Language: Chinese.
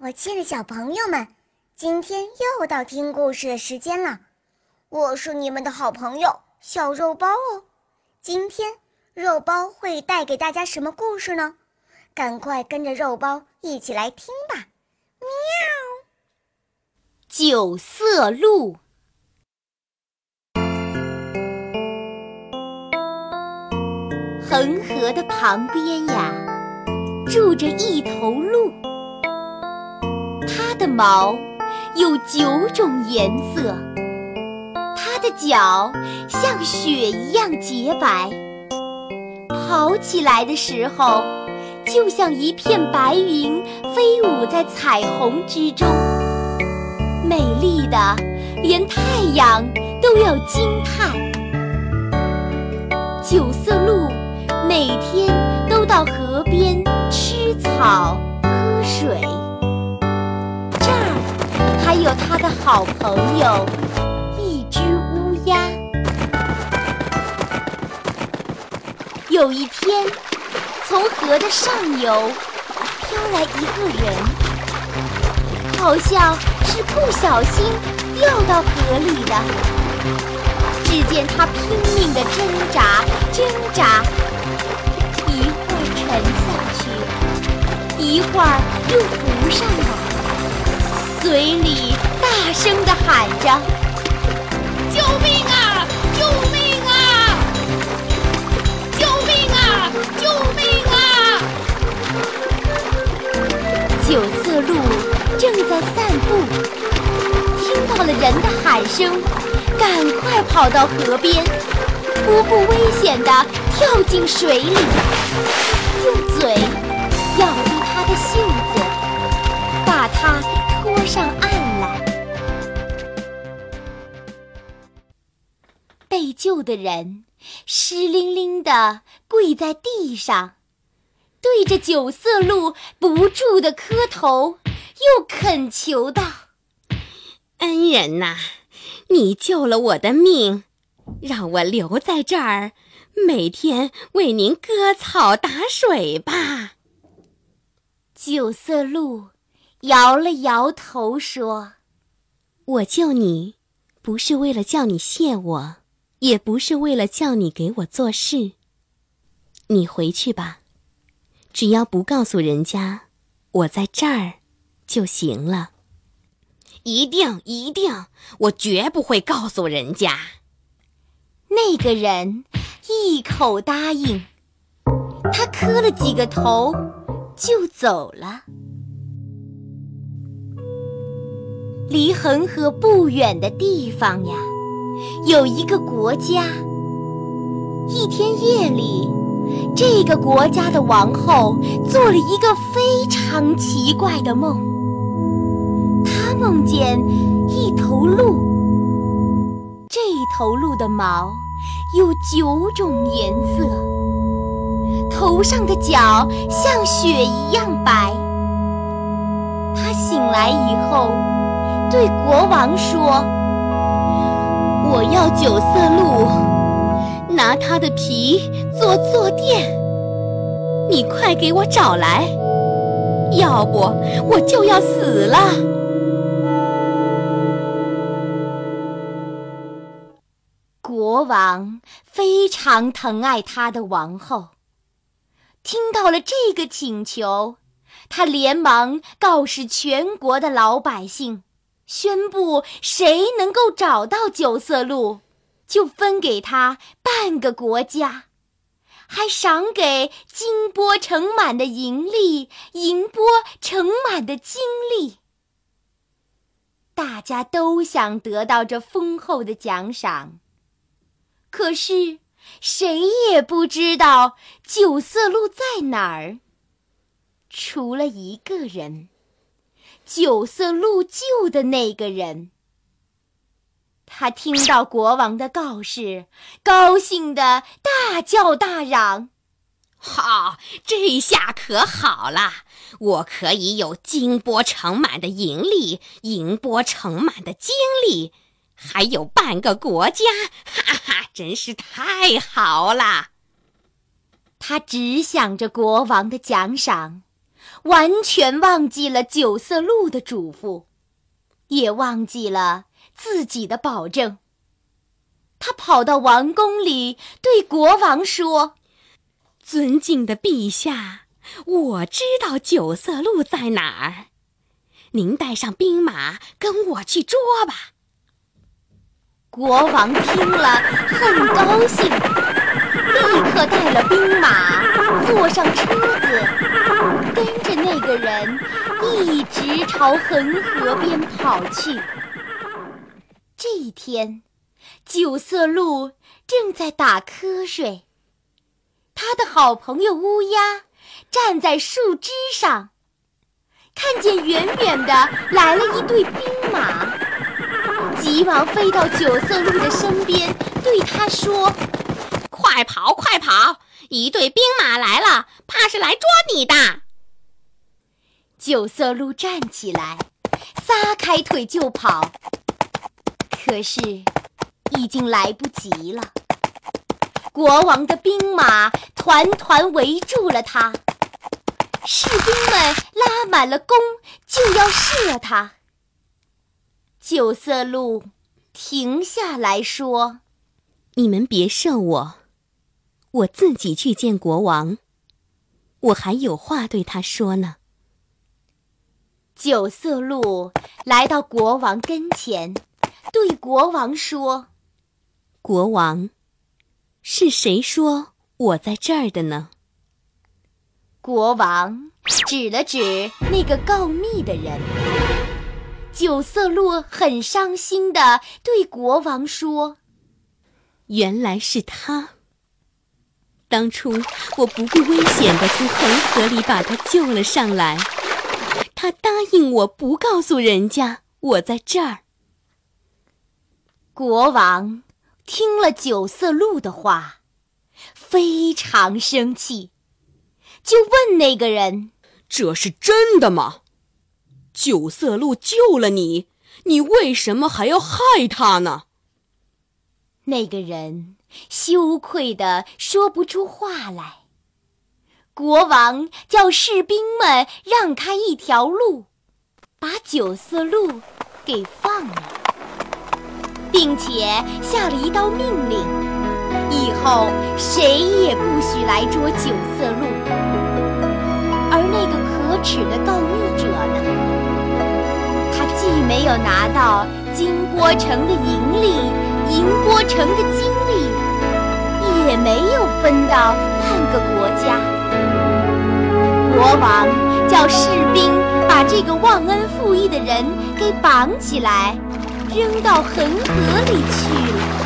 我亲爱的小朋友们，今天又到听故事的时间了。我是你们的好朋友小肉包哦。今天肉包会带给大家什么故事呢？赶快跟着肉包一起来听吧。喵！ 九色鹿。恒河的旁边呀，住着一头鹿。它的毛有9种颜色，它的脚像雪一样洁白，跑起来的时候就像一片白云飞舞在彩虹之中，美丽的连太阳都要惊叹。九色鹿每天都到河边吃草喝水，这儿还有他的好朋友一只乌鸦。有一天，从河的上游飘来一个人，好像是不小心掉到河里的。只见他拼命地挣扎，一会儿沉下去，一会儿又浮上来，嘴里大声地喊着：“救命啊！救命啊！救命啊！救命啊！”九色鹿正在散步，听到了人的喊声，赶快跑到河边，不顾危险地跳进水里，用嘴咬住他的袖子，把他拖上岸来。被救的人湿淋淋地跪在地上，对着九色鹿不住地磕头，又恳求道：“ 恩人呐，你救了我的命，让我留在这儿，每天为您割草打水吧。” 九色鹿摇了摇头说：“ 我救你，不是为了叫你谢我，也不是为了叫你给我做事。你回去吧，只要不告诉人家我在这儿就行了。”“一定，我绝不会告诉人家。” 那个人一口答应，他磕了几个头就走了。离恒河不远的地方呀，有一个国家。一天夜里，这个国家的王后做了一个非常奇怪的梦。她梦见一头鹿，这头鹿的毛有9种颜色，头上的角像雪一样白。他醒来以后对国王说：“ 我要九色鹿，拿它的皮做坐垫，你快给我找来，要不我就要死了。” 国王非常疼爱他的王后，听到了这个请求，他连忙告示全国的老百姓，宣布谁能够找到九色鹿，就分给他半个国家，还赏给金钵盛满的银粒，银钵盛满的金粒。大家都想得到这丰厚的奖赏，可是谁也不知道九色鹿在哪儿，除了一个人，九色鹿救的那个人。他听到国王的告示，高兴地大叫大嚷：“ 好，这下可好了，我可以有金钵盛满的银粒，银钵盛满的金粒，还有半个国家，哈哈，真是太好了。” 他只想着国王的奖赏， 完全忘记了九色鹿的嘱咐，也忘记了自己的保证。他跑到王宫里，对国王说：“ 尊敬的陛下，我知道九色鹿在哪儿，您带上兵马跟我去捉吧。” 国王听了很高兴，立刻带了兵马，坐上车子，跟着那个人一直朝恒河边跑去。这一天，九色鹿正在打瞌睡，他的好朋友乌鸦站在树枝上，看见远远的来了一队兵马，急忙飞到九色鹿的身边，对他说：“ 快跑，快跑！一队兵马来了，怕是来捉你的。” 九色鹿站起来，撒开腿就跑，可是已经来不及了。国王的兵马团团围住了他，士兵们拉满了弓，就要射他。九色鹿停下来说：“ 你们别射我，我自己去见国王，我还有话对他说呢。” 九色鹿来到国王跟前，对国王说：“ 国王，是谁说我在这儿的呢？” 国王指了指那个告密的人。九色鹿很伤心地对国王说：“ 原来是他。当初我不顾危险地从恒河里把他救了上来，他答应我不告诉人家我在这儿。” 国王听了九色鹿的话，非常生气，就问那个人：“ 这是真的吗？九色鹿救了你，你为什么还要害他呢？” 那个人羞愧地说不出话来。国王叫士兵们让开一条路，把九色鹿给放了，并且下了一道命令：以后谁也不许来捉九色鹿。而那个可耻的告密者呢，他既没有拿到金波城的银利、银波城的金利，也没有分到半个国家。国王叫士兵把这个忘恩负义的人给绑起来，扔到恒河里去了。